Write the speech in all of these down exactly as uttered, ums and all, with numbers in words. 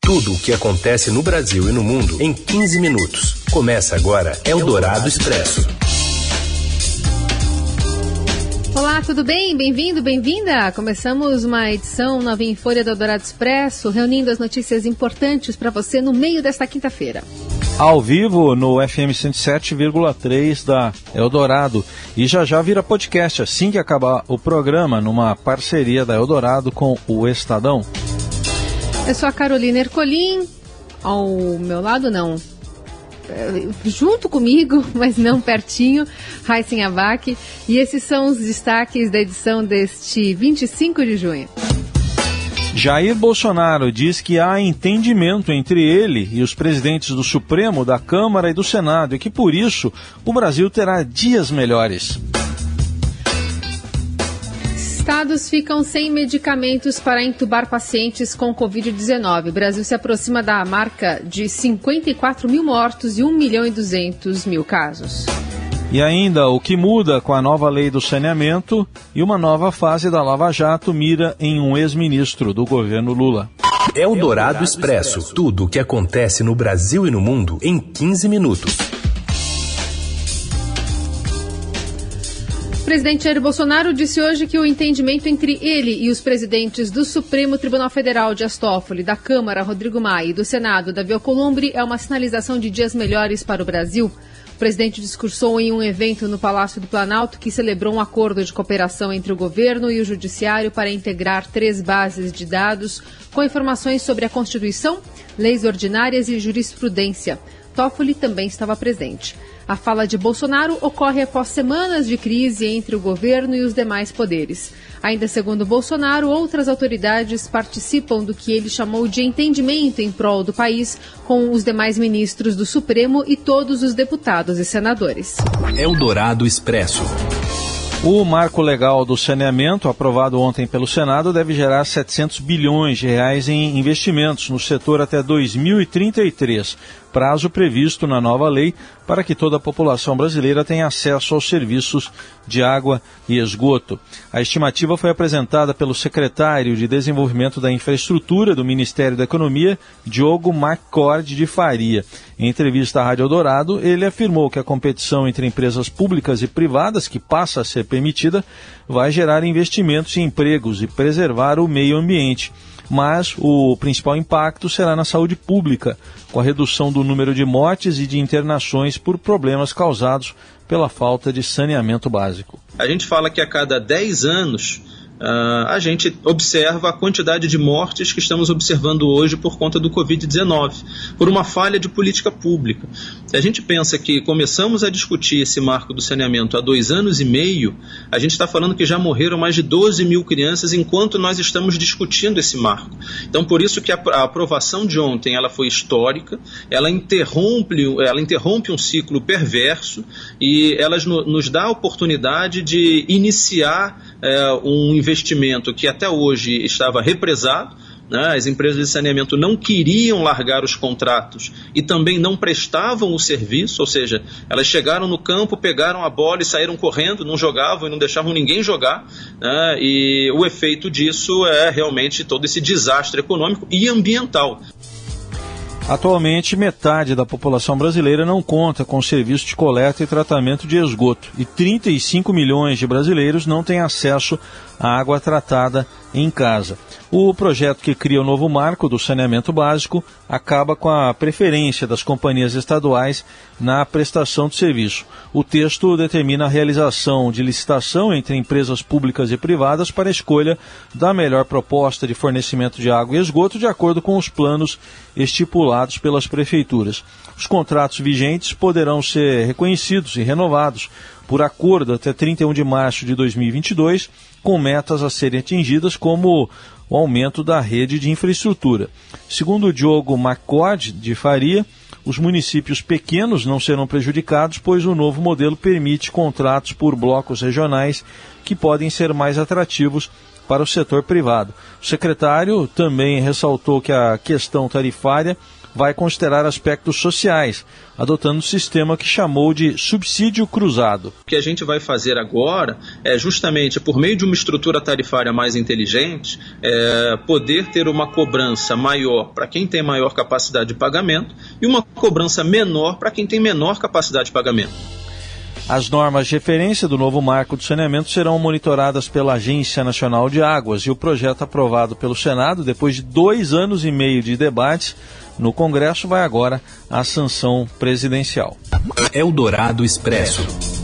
Tudo o que acontece no Brasil e no mundo em quinze minutos. Começa agora Eldorado Expresso. Olá, tudo bem? Bem-vindo, bem-vinda! Começamos uma edição nova em Folha do Eldorado Expresso, reunindo as notícias importantes para você no meio desta quinta-feira. Ao vivo no F M cento e sete vírgula três da Eldorado. E já já vira podcast assim que acabar o programa, numa parceria da Eldorado com o Estadão. Eu sou a Carolina Ercolim, ao meu lado não, junto comigo, mas não pertinho, Raíssen Abac, e esses são os destaques da edição deste vinte e cinco de junho. Jair Bolsonaro diz que há entendimento entre ele e os presidentes do Supremo, da Câmara e do Senado, e que por isso o Brasil terá dias melhores. Estados ficam sem medicamentos para entubar pacientes com covid dezenove. O Brasil se aproxima da marca de cinquenta e quatro mil mortos e um milhão e duzentos mil casos. E ainda o que muda com a nova lei do saneamento e uma nova fase da Lava Jato mira em um ex-ministro do governo Lula. Eldorado Expresso. Tudo o que acontece no Brasil e no mundo em quinze minutos. O presidente Jair Bolsonaro disse hoje que o entendimento entre ele e os presidentes do Supremo Tribunal Federal, Dias Toffoli, da Câmara, Rodrigo Maia, e do Senado, Davi Alcolumbre, é uma sinalização de dias melhores para o Brasil. O presidente discursou em um evento no Palácio do Planalto que celebrou um acordo de cooperação entre o governo e o judiciário para integrar três bases de dados com informações sobre a Constituição, leis ordinárias e jurisprudência. Toffoli também estava presente. A fala de Bolsonaro ocorre após semanas de crise entre o governo e os demais poderes. Ainda segundo Bolsonaro, outras autoridades participam do que ele chamou de entendimento em prol do país com os demais ministros do Supremo e todos os deputados e senadores. Eldorado Expresso. O marco legal do saneamento, aprovado ontem pelo Senado, deve gerar setecentos bilhões de reais em investimentos no setor até dois mil e trinta e três, prazo previsto na nova lei para que toda a população brasileira tenha acesso aos serviços de água e esgoto. A estimativa foi apresentada pelo secretário de Desenvolvimento da Infraestrutura do Ministério da Economia, Diogo McCord de Faria. Em entrevista à Rádio Eldorado, ele afirmou que a competição entre empresas públicas e privadas, que passa a ser permitida, vai gerar investimentos e empregos e preservar o meio ambiente. Mas o principal impacto será na saúde pública, com a redução do número de mortes e de internações por problemas causados pela falta de saneamento básico. A gente fala que a cada dez anos uh, a gente observa a quantidade de mortes que estamos observando hoje por conta do covid dezenove, por uma falha de política pública. Se a gente pensa que começamos a discutir esse marco do saneamento há dois anos e meio, a gente está falando que já morreram mais de doze mil crianças enquanto nós estamos discutindo esse marco. Então, por isso que a, a aprovação de ontem ela foi histórica, ela interrompe, ela interrompe um ciclo perverso e ela no, nos dá a oportunidade de iniciar é, um investimento que até hoje estava represado. As empresas de saneamento não queriam largar os contratos e também não prestavam o serviço, ou seja, elas chegaram no campo, pegaram a bola e saíram correndo, não jogavam e não deixavam ninguém jogar, né? E o efeito disso é realmente todo esse desastre econômico e ambiental. Atualmente, metade da população brasileira não conta com serviço de coleta e tratamento de esgoto e trinta e cinco milhões de brasileiros não têm acesso à água tratada em casa. O projeto que cria o novo marco do saneamento básico acaba com a preferência das companhias estaduais na prestação de serviço. O texto determina a realização de licitação entre empresas públicas e privadas para a escolha da melhor proposta de fornecimento de água e esgoto de acordo com os planos estipulados pelas prefeituras. Os contratos vigentes poderão ser reconhecidos e renovados por acordo até trinta e um de março de dois mil e vinte e dois, com metas a serem atingidas como o aumento da rede de infraestrutura. Segundo o Diogo McCord de Faria, os municípios pequenos não serão prejudicados, pois o novo modelo permite contratos por blocos regionais que podem ser mais atrativos para o setor privado. O secretário também ressaltou que a questão tarifária vai considerar aspectos sociais, adotando um sistema que chamou de subsídio cruzado. O que a gente vai fazer agora é justamente, por meio de uma estrutura tarifária mais inteligente, é, poder ter uma cobrança maior para quem tem maior capacidade de pagamento e uma cobrança menor para quem tem menor capacidade de pagamento. As normas de referência do novo marco do saneamento serão monitoradas pela Agência Nacional de Águas e o projeto aprovado pelo Senado, depois de dois anos e meio de debates no Congresso, vai agora à sanção presidencial. Eldorado Expresso.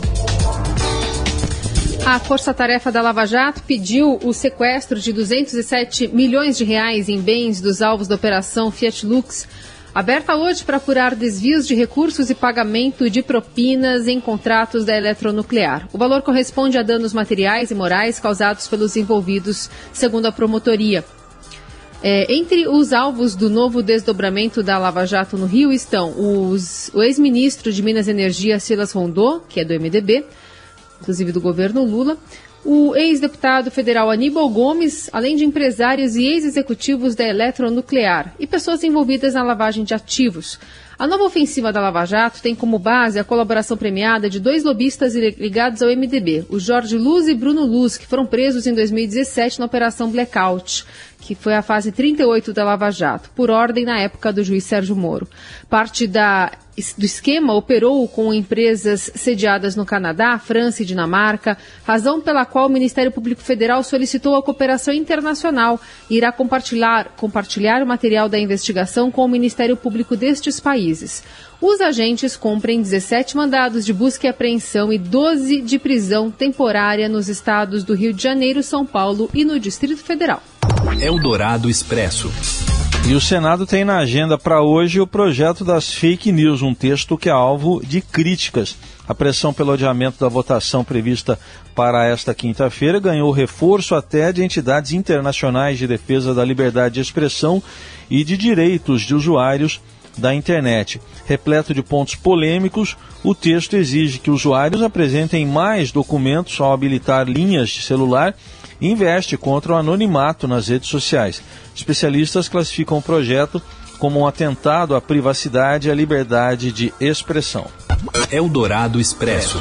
A Força-Tarefa da Lava Jato pediu o sequestro de duzentos e sete milhões de reais em bens dos alvos da Operação Fiat Lux, aberta hoje para apurar desvios de recursos e pagamento de propinas em contratos da Eletronuclear. O valor corresponde a danos materiais e morais causados pelos envolvidos, segundo a promotoria. É, entre os alvos do novo desdobramento da Lava Jato no Rio estão os, o ex-ministro de Minas e Energia, Silas Rondô, que é do M D B, inclusive do governo Lula, o ex-deputado federal Aníbal Gomes, além de empresários e ex-executivos da Eletronuclear e pessoas envolvidas na lavagem de ativos. A nova ofensiva da Lava Jato tem como base a colaboração premiada de dois lobistas ligados ao M D B, o Jorge Luz e Bruno Luz, que foram presos em dois mil e dezessete na Operação Blackout, que foi a fase trinta e oito da Lava Jato, por ordem na época do juiz Sérgio Moro. Parte da, do esquema operou com empresas sediadas no Canadá, França e Dinamarca, razão pela qual o Ministério Público Federal solicitou a cooperação internacional e irá compartilhar, compartilhar o material da investigação com o Ministério Público destes países. Os agentes cumprem dezessete mandados de busca e apreensão e doze de prisão temporária nos estados do Rio de Janeiro, São Paulo e no Distrito Federal. Eldorado Expresso. E o Senado tem na agenda para hoje o projeto das fake news, um texto que é alvo de críticas. A pressão pelo adiamento da votação prevista para esta quinta-feira ganhou reforço até de entidades internacionais de defesa da liberdade de expressão e de direitos de usuários da internet. Repleto de pontos polêmicos, o texto exige que usuários apresentem mais documentos ao habilitar linhas de celular e investe contra o anonimato nas redes sociais. Especialistas classificam o projeto como um atentado à privacidade e à liberdade de expressão. Eldorado Expresso.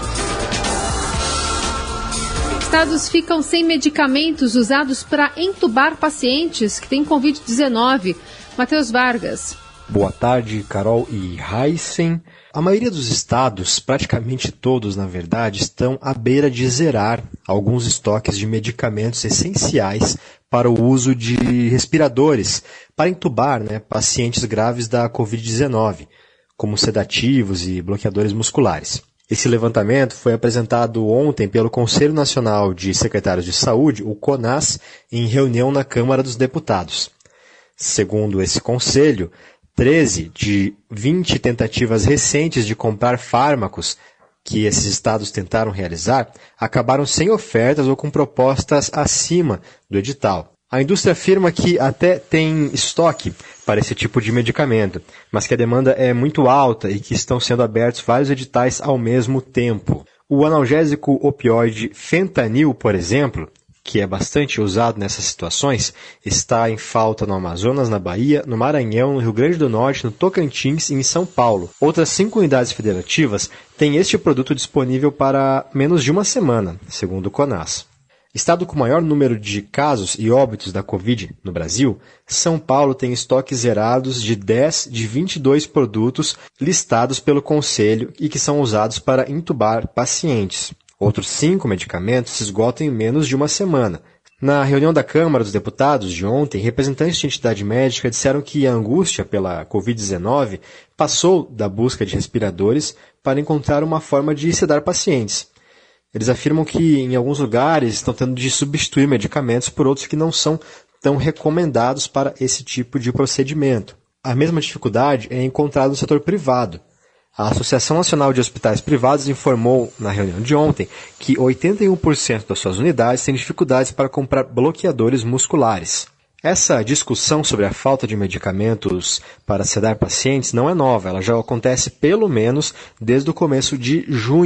Estados ficam sem medicamentos usados para entubar pacientes que têm covid dezenove. Matheus Vargas. Boa tarde, Carol e Heisen. A maioria dos estados, praticamente todos na verdade, estão à beira de zerar alguns estoques de medicamentos essenciais para o uso de respiradores, para entubar né, pacientes graves da covid dezenove, como sedativos e bloqueadores musculares. Esse levantamento foi apresentado ontem pelo Conselho Nacional de Secretários de Saúde, o CONAS, em reunião na Câmara dos Deputados. Segundo esse conselho, treze de vinte tentativas recentes de comprar fármacos que esses estados tentaram realizar acabaram sem ofertas ou com propostas acima do edital. A indústria afirma que até tem estoque para esse tipo de medicamento, mas que a demanda é muito alta e que estão sendo abertos vários editais ao mesmo tempo. O analgésico opioide fentanil, por exemplo, que é bastante usado nessas situações, está em falta no Amazonas, na Bahia, no Maranhão, no Rio Grande do Norte, no Tocantins e em São Paulo. Outras cinco unidades federativas têm este produto disponível para menos de uma semana, segundo o CONAS. Estado com maior número de casos e óbitos da Covid no Brasil, São Paulo tem estoques zerados de dez de vinte e dois produtos listados pelo Conselho e que são usados para entubar pacientes. Outros cinco medicamentos se esgotam em menos de uma semana. Na reunião da Câmara dos Deputados de ontem, representantes de entidade médica disseram que a angústia pela covid dezenove passou da busca de respiradores para encontrar uma forma de sedar pacientes. Eles afirmam que em alguns lugares estão tendo de substituir medicamentos por outros que não são tão recomendados para esse tipo de procedimento. A mesma dificuldade é encontrada no setor privado. A Associação Nacional de Hospitais Privados informou na reunião de ontem que oitenta e um por cento das suas unidades têm dificuldades para comprar bloqueadores musculares. Essa discussão sobre a falta de medicamentos para sedar pacientes não é nova, ela já acontece pelo menos desde o começo de junho.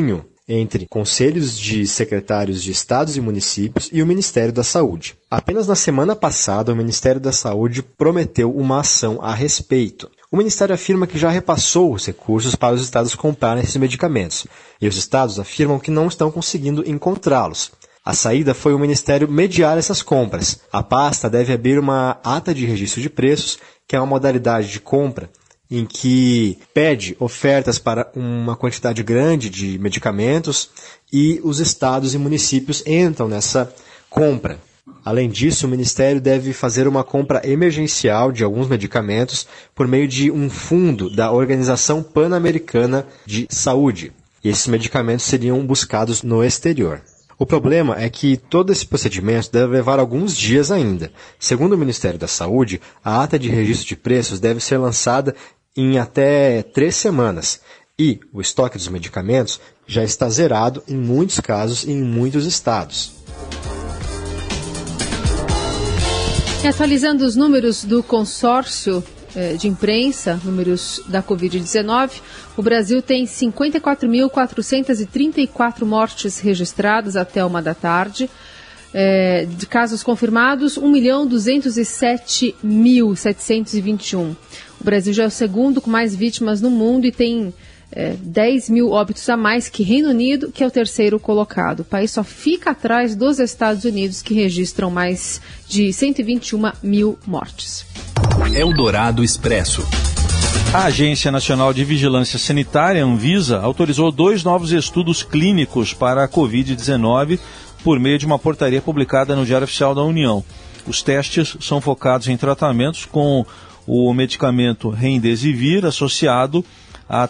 entre conselhos de secretários de estados e municípios e o Ministério da Saúde. Apenas na semana passada, o Ministério da Saúde prometeu uma ação a respeito. O Ministério afirma que já repassou os recursos para os estados comprarem esses medicamentos, e os estados afirmam que não estão conseguindo encontrá-los. A saída foi o Ministério mediar essas compras. A pasta deve abrir uma ata de registro de preços, que é uma modalidade de compra em que pede ofertas para uma quantidade grande de medicamentos e os estados e municípios entram nessa compra. Além disso, o Ministério deve fazer uma compra emergencial de alguns medicamentos por meio de um fundo da Organização Pan-Americana de Saúde. E esses medicamentos seriam buscados no exterior. O problema é que todo esse procedimento deve levar alguns dias ainda. Segundo o Ministério da Saúde, a ata de registro de preços deve ser lançada em até três semanas. E o estoque dos medicamentos já está zerado em muitos casos e em muitos estados. E atualizando os números do consórcio eh, de imprensa, números da covid dezenove, o Brasil tem cinquenta e quatro mil quatrocentas e trinta e quatro mortes registradas até uma da tarde. Eh, de casos confirmados, um milhão duzentos e sete mil setecentos e vinte e um. O Brasil já é o segundo com mais vítimas no mundo e tem é, dez mil óbitos a mais que Reino Unido, que é o terceiro colocado. O país só fica atrás dos Estados Unidos, que registram mais de cento e vinte e uma mil mortes. Eldorado Expresso. A Agência Nacional de Vigilância Sanitária, Anvisa, autorizou dois novos estudos clínicos para a covid dezenove por meio de uma portaria publicada no Diário Oficial da União. Os testes são focados em tratamentos com o medicamento Remdesivir associado a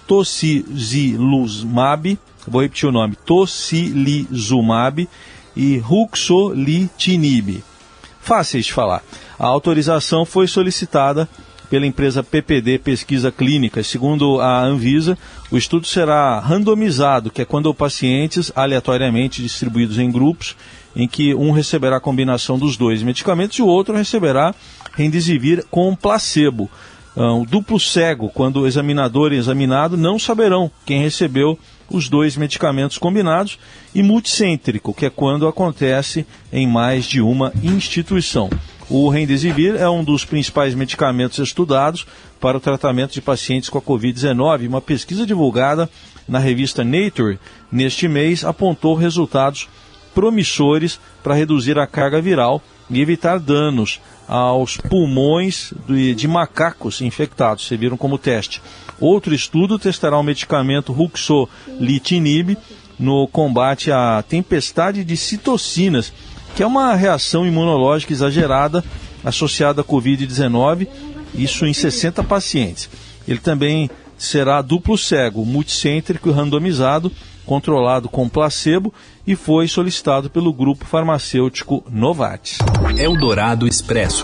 tocilizumab, vou repetir o nome, tocilizumab e ruxolitinib. Fáceis de falar. A autorização foi solicitada pela empresa P P D Pesquisa Clínica. Segundo a Anvisa, o estudo será randomizado, que é quando pacientes aleatoriamente distribuídos em grupos, em que um receberá a combinação dos dois medicamentos e o outro receberá Remdesivir com placebo. Um, duplo cego, quando o examinador e examinado não saberão quem recebeu os dois medicamentos combinados, e multicêntrico, que é quando acontece em mais de uma instituição. O Remdesivir é um dos principais medicamentos estudados para o tratamento de pacientes com a covid dezenove. Uma pesquisa divulgada na revista Nature neste mês apontou resultados promissores para reduzir a carga viral e evitar danos aos pulmões de, de macacos infectados, serviram como teste. Outro estudo testará o medicamento ruxolitinib no combate à tempestade de citocinas, que é uma reação imunológica exagerada associada à covid dezenove, isso em sessenta pacientes. Ele também será duplo cego, multicêntrico e randomizado, controlado com placebo, e foi solicitado pelo grupo farmacêutico Novartis. Eldorado Expresso.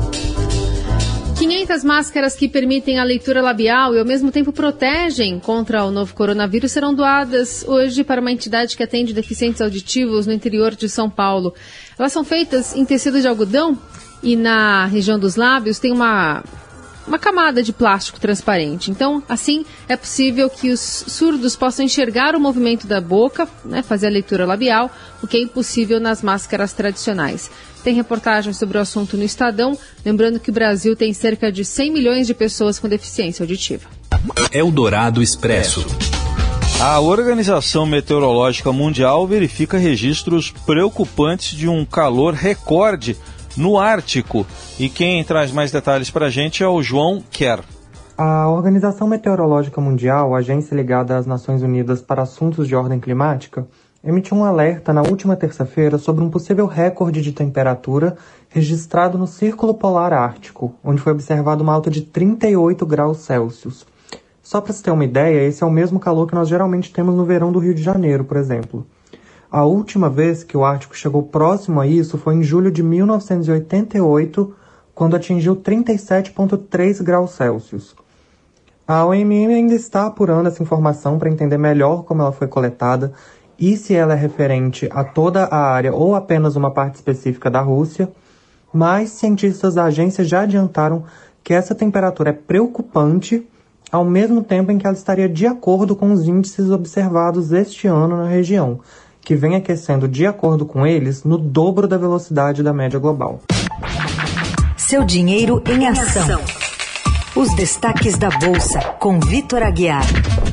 quinhentas máscaras que permitem a leitura labial e ao mesmo tempo protegem contra o novo coronavírus serão doadas hoje para uma entidade que atende deficientes auditivos no interior de São Paulo. Elas são feitas em tecido de algodão e na região dos lábios tem uma... uma camada de plástico transparente. Então, assim, é possível que os surdos possam enxergar o movimento da boca, né, fazer a leitura labial, o que é impossível nas máscaras tradicionais. Tem reportagem sobre o assunto no Estadão, lembrando que o Brasil tem cerca de cem milhões de pessoas com deficiência auditiva. Eldorado Expresso. A Organização Meteorológica Mundial verifica registros preocupantes de um calor recorde no Ártico. E quem traz mais detalhes para a gente é o João Kerr. A Organização Meteorológica Mundial, agência ligada às Nações Unidas para assuntos de ordem climática, emitiu um alerta na última terça-feira sobre um possível recorde de temperatura registrado no Círculo Polar Ártico, onde foi observado uma alta de trinta e oito graus Celsius. Só para se ter uma ideia, esse é o mesmo calor que nós geralmente temos no verão do Rio de Janeiro, por exemplo. A última vez que o Ártico chegou próximo a isso foi em julho de mil novecentos e oitenta e oito, quando atingiu trinta e sete vírgula três graus Celsius. A O M M ainda está apurando essa informação para entender melhor como ela foi coletada e se ela é referente a toda a área ou apenas uma parte específica da Rússia, mas cientistas da agência já adiantaram que essa temperatura é preocupante ao mesmo tempo em que ela estaria de acordo com os índices observados este ano na região, que vem aquecendo de acordo com eles no dobro da velocidade da média global. Seu dinheiro em ação. Os destaques da Bolsa, com Vitor Aguiar.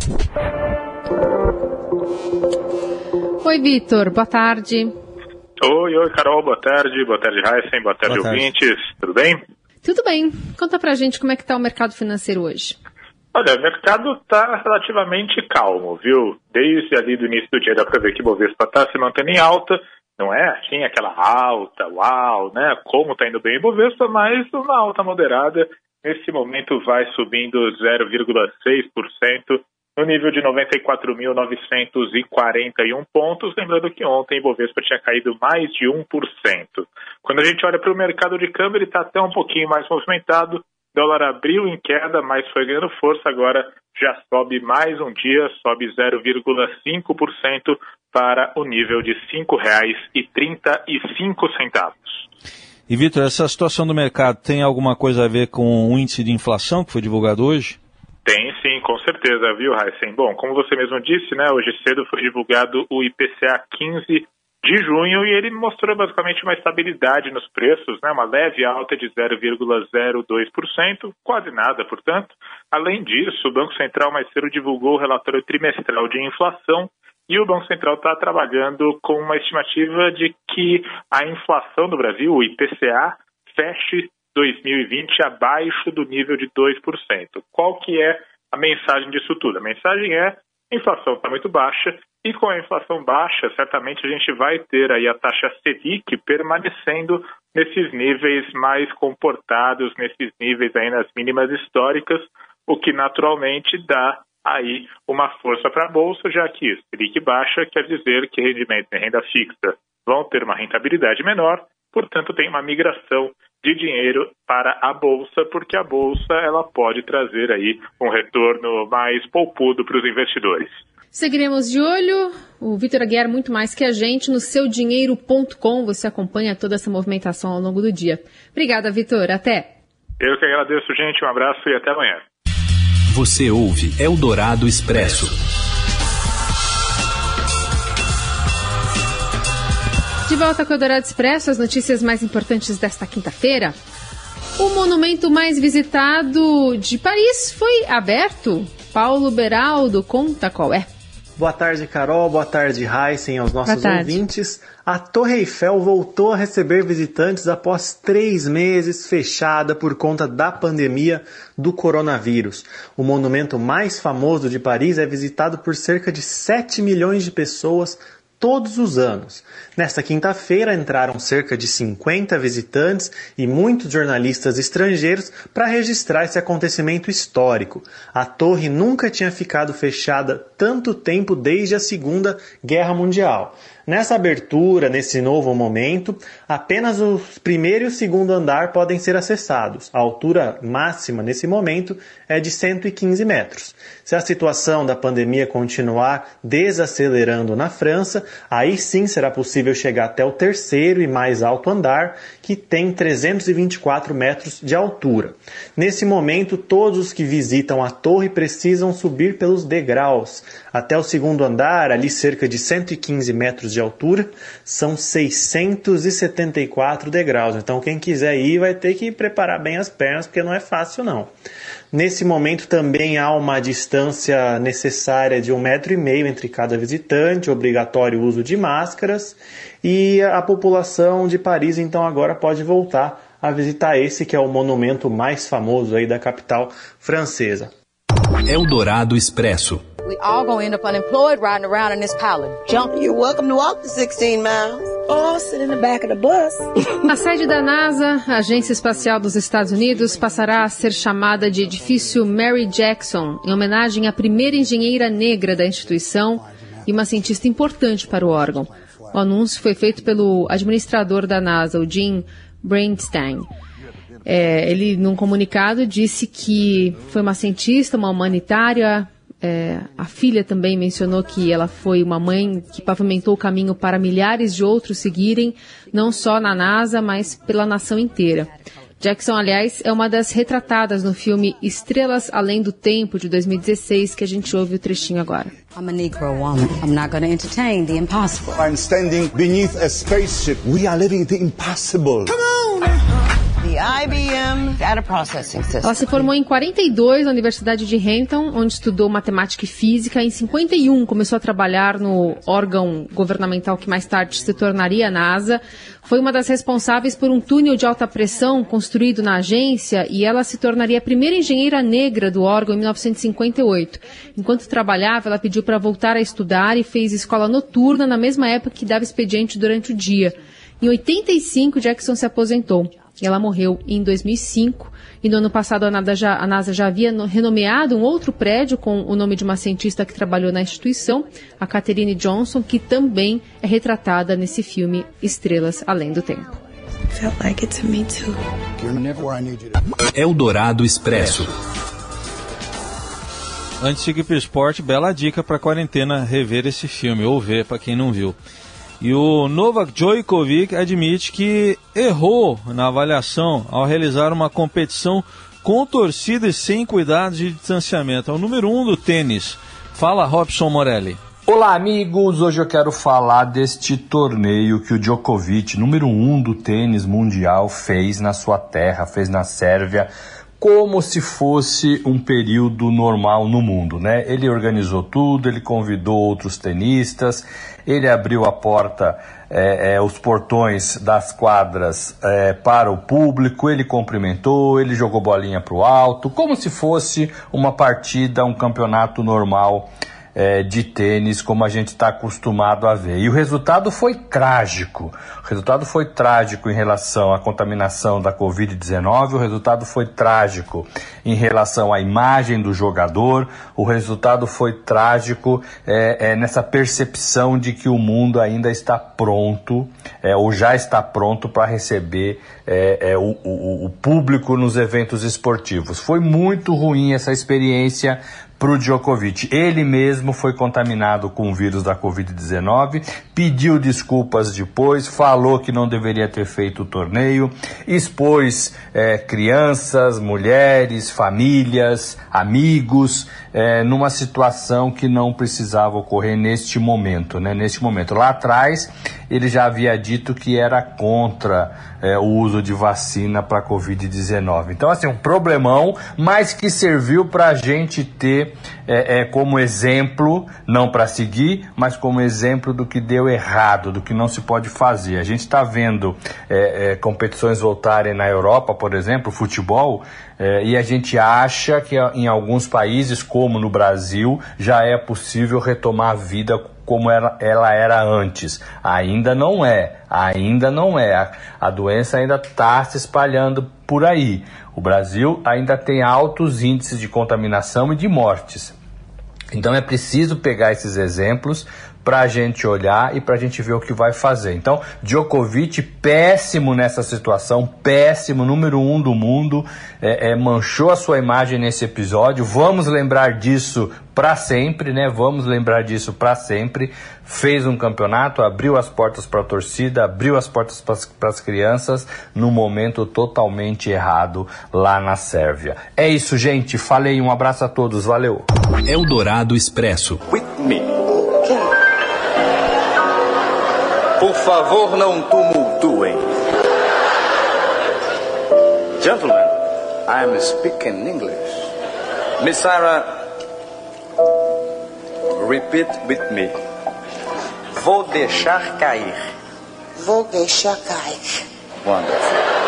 Oi, Vitor, boa tarde. Oi, oi, Carol, boa tarde. Boa tarde, Heisen, boa tarde, boa ouvintes. Tarde. Tudo bem? Tudo bem. Conta pra gente como é que tá o mercado financeiro hoje. Olha, o mercado está relativamente calmo, viu? Desde ali do início do dia dá para ver que o Bovespa está se mantendo em alta, não é assim aquela alta, uau, né? Como está indo bem o Bovespa, mas uma alta moderada. Nesse momento vai subindo zero vírgula seis por cento no nível de noventa e quatro mil novecentos e quarenta e um pontos. Lembrando que ontem o Bovespa tinha caído mais de um por cento. Quando a gente olha para o mercado de câmbio, ele está até um pouquinho mais movimentado. O dólar abriu em queda, mas foi ganhando força, agora já sobe mais um dia, sobe zero vírgula cinco por cento para o nível de cinco reais e trinta e cinco centavos. E, Vitor, essa situação do mercado tem alguma coisa a ver com o índice de inflação que foi divulgado hoje? Tem sim, com certeza, viu, Heisen? Bom, como você mesmo disse, né, hoje cedo foi divulgado o I P C A quinze de junho e ele mostrou basicamente uma estabilidade nos preços, né, uma leve alta de zero vírgula zero dois por cento, quase nada, portanto. Além disso, o Banco Central mais cedo divulgou o relatório trimestral de inflação e o Banco Central está trabalhando com uma estimativa de que a inflação no Brasil, o I P C A, feche dois mil e vinte abaixo do nível de dois por cento. Qual que é a mensagem disso tudo? A mensagem é: a inflação está muito baixa e com a inflação baixa, certamente a gente vai ter aí a taxa Selic permanecendo nesses níveis mais comportados, nesses níveis aí nas mínimas históricas, o que naturalmente dá aí uma força para a Bolsa, já que Selic baixa quer dizer que rendimentos em renda fixa vão ter uma rentabilidade menor, portanto tem uma migração de dinheiro para a Bolsa, porque a Bolsa ela pode trazer aí um retorno mais poupudo para os investidores. Seguiremos de olho. O Vitor Aguiar, muito mais que a gente, no seu dinheiro ponto com. Você acompanha toda essa movimentação ao longo do dia. Obrigada, Vitor. Até. Eu que agradeço, gente. Um abraço e até amanhã. Você ouve Eldorado Expresso. De volta com o Eldorado Expresso, as notícias mais importantes desta quinta-feira. O monumento mais visitado de Paris foi aberto. Paulo Beraldo conta qual é. Boa tarde, Carol. Boa tarde, Heisen, aos nossos ouvintes. A Torre Eiffel voltou a receber visitantes após três meses fechada por conta da pandemia do coronavírus. O monumento mais famoso de Paris é visitado por cerca de sete milhões de pessoas todos os anos. Nesta quinta-feira entraram cerca de cinquenta visitantes e muitos jornalistas estrangeiros para registrar esse acontecimento histórico. A torre nunca tinha ficado fechada tanto tempo desde a Segunda Guerra Mundial. Nessa abertura, nesse novo momento, apenas o primeiro e o segundo andar podem ser acessados. A altura máxima nesse momento é de cento e quinze metros. Se a situação da pandemia continuar desacelerando na França, aí sim será possível chegar até o terceiro e mais alto andar, que tem trezentos e vinte e quatro metros de altura. Nesse momento, todos os que visitam a torre precisam subir pelos degraus. Até o segundo andar, ali cerca de cento e quinze metros de altura, são seiscentos e setenta e quatro degraus. Então quem quiser ir vai ter que preparar bem as pernas, porque não é fácil não. Nesse momento também há uma distância necessária de um metro e meio entre cada visitante, obrigatório uso de máscaras, e a população de Paris então agora pode voltar a visitar esse que é o monumento mais famoso aí da capital francesa. Eldorado Expresso. We all gonna end up unemployed riding around in this pile of junk. You're welcome to walk the sixteen miles or sit in the back of the bus. A sede da NASA, a Agência Espacial dos Estados Unidos, passará a ser chamada de edifício Mary Jackson, em homenagem à primeira engenheira negra da instituição e uma cientista importante para o órgão. O anúncio foi feito pelo administrador da NASA, o Jim Bridenstine. É, ele, num comunicado, disse que foi uma cientista, uma humanitária. É, a filha também mencionou que ela foi uma mãe que pavimentou o caminho para milhares de outros seguirem, não só na NASA, mas pela nação inteira. Jackson, aliás, é uma das retratadas no filme Estrelas Além do Tempo, de dois mil e dezesseis, que a gente ouve o trechinho agora. I'm a Negro woman. I'm not going to entertain the impossible. I'm standing beneath a spaceship. We are living the impossible. Come on! The I B M Data Processing System. Ela se formou em quarenta e dois na Universidade de Hampton, onde estudou matemática e física. Em cinquenta e um começou a trabalhar no órgão governamental que mais tarde se tornaria a NASA. Foi uma das responsáveis por um túnel de alta pressão construído na agência e ela se tornaria a primeira engenheira negra do órgão em mil novecentos e cinquenta e oito. Enquanto trabalhava, ela pediu para voltar a estudar e fez escola noturna na mesma época que dava expediente durante o dia. Em oitenta e cinco, Jackson se aposentou. Ela morreu em dois mil e cinco e no ano passado a NASA, já, a NASA já havia no, renomeado um outro prédio com o nome de uma cientista que trabalhou na instituição, a Katherine Johnson, que também é retratada nesse filme Estrelas Além do Tempo. Eldorado Expresso. Antes de ir para o esporte, bela dica para a quarentena rever esse filme, ou ver para quem não viu. E o Novak Djokovic admite que errou na avaliação ao realizar uma competição com torcida e sem cuidados de distanciamento. É o número um do tênis. Fala, Robson Morelli. Olá, amigos. Hoje eu quero falar deste torneio que o Djokovic, número um do tênis mundial, fez na sua terra, fez na Sérvia, como se fosse um período normal no mundo, né? Ele organizou tudo, ele convidou outros tenistas, ele abriu a porta, é, é, os portões das quadras é, para o público, ele cumprimentou, ele jogou bolinha para o alto, como se fosse uma partida, um campeonato normal é, de tênis, como a gente está acostumado a ver. E o resultado foi trágico. O resultado foi trágico em relação à contaminação da covid dezenove, o resultado foi trágico em relação à imagem do jogador, o resultado foi trágico é, é, nessa percepção de que o mundo ainda está pronto, é, ou já está pronto para receber é, é, o, o, o público nos eventos esportivos. Foi muito ruim essa experiência para o Djokovic. Ele mesmo foi contaminado com o vírus da covid dezenove, pediu desculpas depois, falou que não deveria ter feito o torneio, expôs é, crianças, mulheres, famílias, amigos, é, numa situação que não precisava ocorrer neste momento, né? Neste momento. Lá atrás, ele já havia dito que era contra é, o uso de vacina para a covid dezenove. Então, assim, um problemão, mas que serviu para a gente ter é, é, como exemplo, não para seguir, mas como exemplo do que deu errado, do que não se pode fazer. A gente está vendo é, é, competições voltarem na Europa, por exemplo, futebol, é, e a gente acha que em alguns países, como no Brasil, já é possível retomar a vida como ela, ela era antes. Ainda não é, ainda não é. A, a doença ainda está se espalhando por aí. O Brasil ainda tem altos índices de contaminação e de mortes. Então é preciso pegar esses exemplos para a gente olhar e para a gente ver o que vai fazer. Então, Djokovic, péssimo nessa situação, péssimo, número um do mundo, é, é, manchou a sua imagem nesse episódio. Vamos lembrar disso para sempre, né? Vamos lembrar disso para sempre. Fez um campeonato, abriu as portas para a torcida, abriu as portas para as crianças, num momento totalmente errado lá na Sérvia. É isso, gente. Falei, um abraço a todos, valeu. Eldorado Expresso. With me. Por favor, não tumultuem. Gentlemen, I am speaking English. Miss Sarah, repeat with me. Vou deixar cair. Vou deixar cair. Wonderful.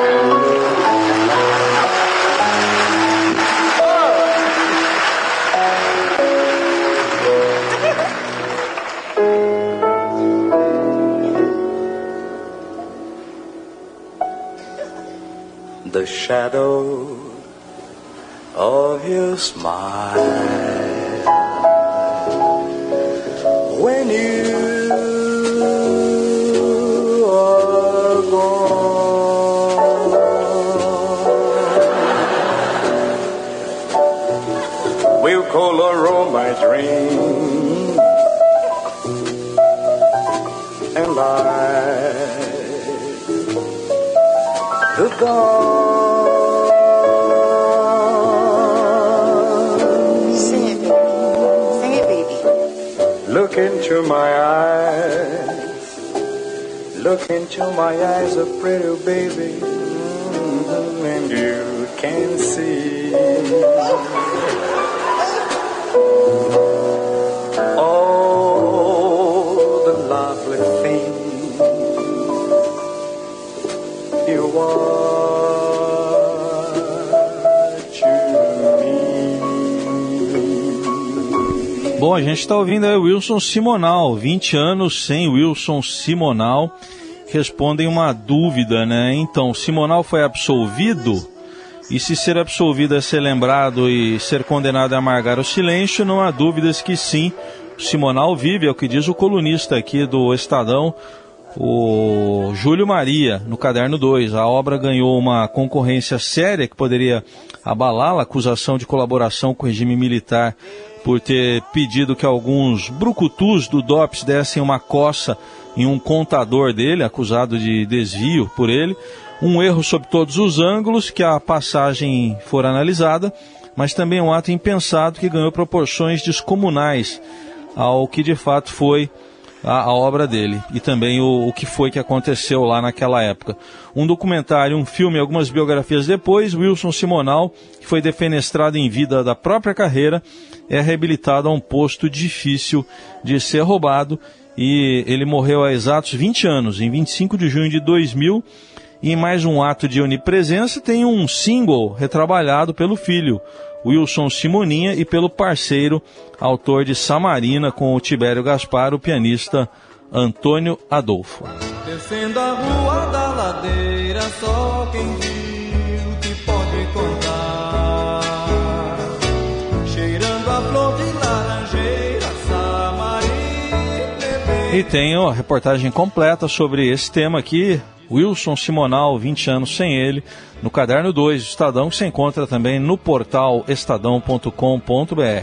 The shadow of your smile when you are gone will color all my dreams and light the dawn. into my eyes, look into my eyes, a pretty baby, mm-hmm, and you can see all the lovely things you want. Bom, a gente está ouvindo aí o Wilson Simonal, vinte anos sem Wilson Simonal, respondem uma dúvida, né? Então, Simonal foi absolvido? E se ser absolvido é ser lembrado e ser condenado a amargar o silêncio, não há dúvidas que sim, Simonal vive, é o que diz o colunista aqui do Estadão, o Júlio Maria, no Caderno dois. A obra ganhou uma concorrência séria que poderia abalá-la, acusação de colaboração com o regime militar por ter pedido que alguns brucutus do DOPS dessem uma coça em um contador dele, acusado de desvio por ele. Um erro sob todos os ângulos, que a passagem for analisada, mas também um ato impensado que ganhou proporções descomunais ao que de fato foi a, a obra dele e também o, o que foi que aconteceu lá naquela época. Um documentário, um filme e algumas biografias depois, Wilson Simonal, que foi defenestrado em vida da própria carreira, é reabilitado a um posto difícil de ser roubado, e ele morreu há exatos vinte anos, em vinte e cinco de junho de dois mil, e em mais um ato de onipresença tem um single retrabalhado pelo filho, Wilson Simoninha, e pelo parceiro, autor de Samarina, com o Tibério Gaspar, o pianista Antônio Adolfo. Descendo a rua da ladeira, só quem viu que pode contar. Cheirando a flor de laranjeira, Samarina. E tem a reportagem completa sobre esse tema aqui, Wilson Simonal, vinte anos sem ele, no Caderno dois do Estadão, que se encontra também no portal estadão ponto com ponto br.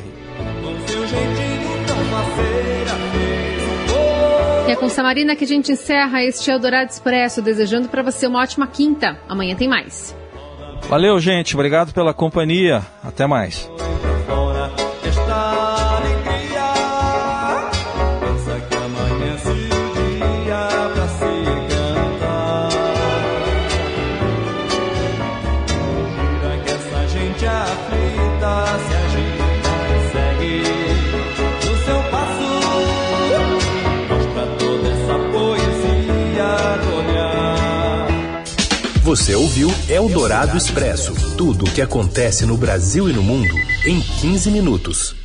E é com Samarina que a gente encerra este Eldorado Expresso, desejando para você uma ótima quinta. Amanhã tem mais. Valeu, gente. Obrigado pela companhia. Até mais. Você ouviu Eldorado Expresso. Tudo o que acontece no Brasil e no mundo em quinze minutos.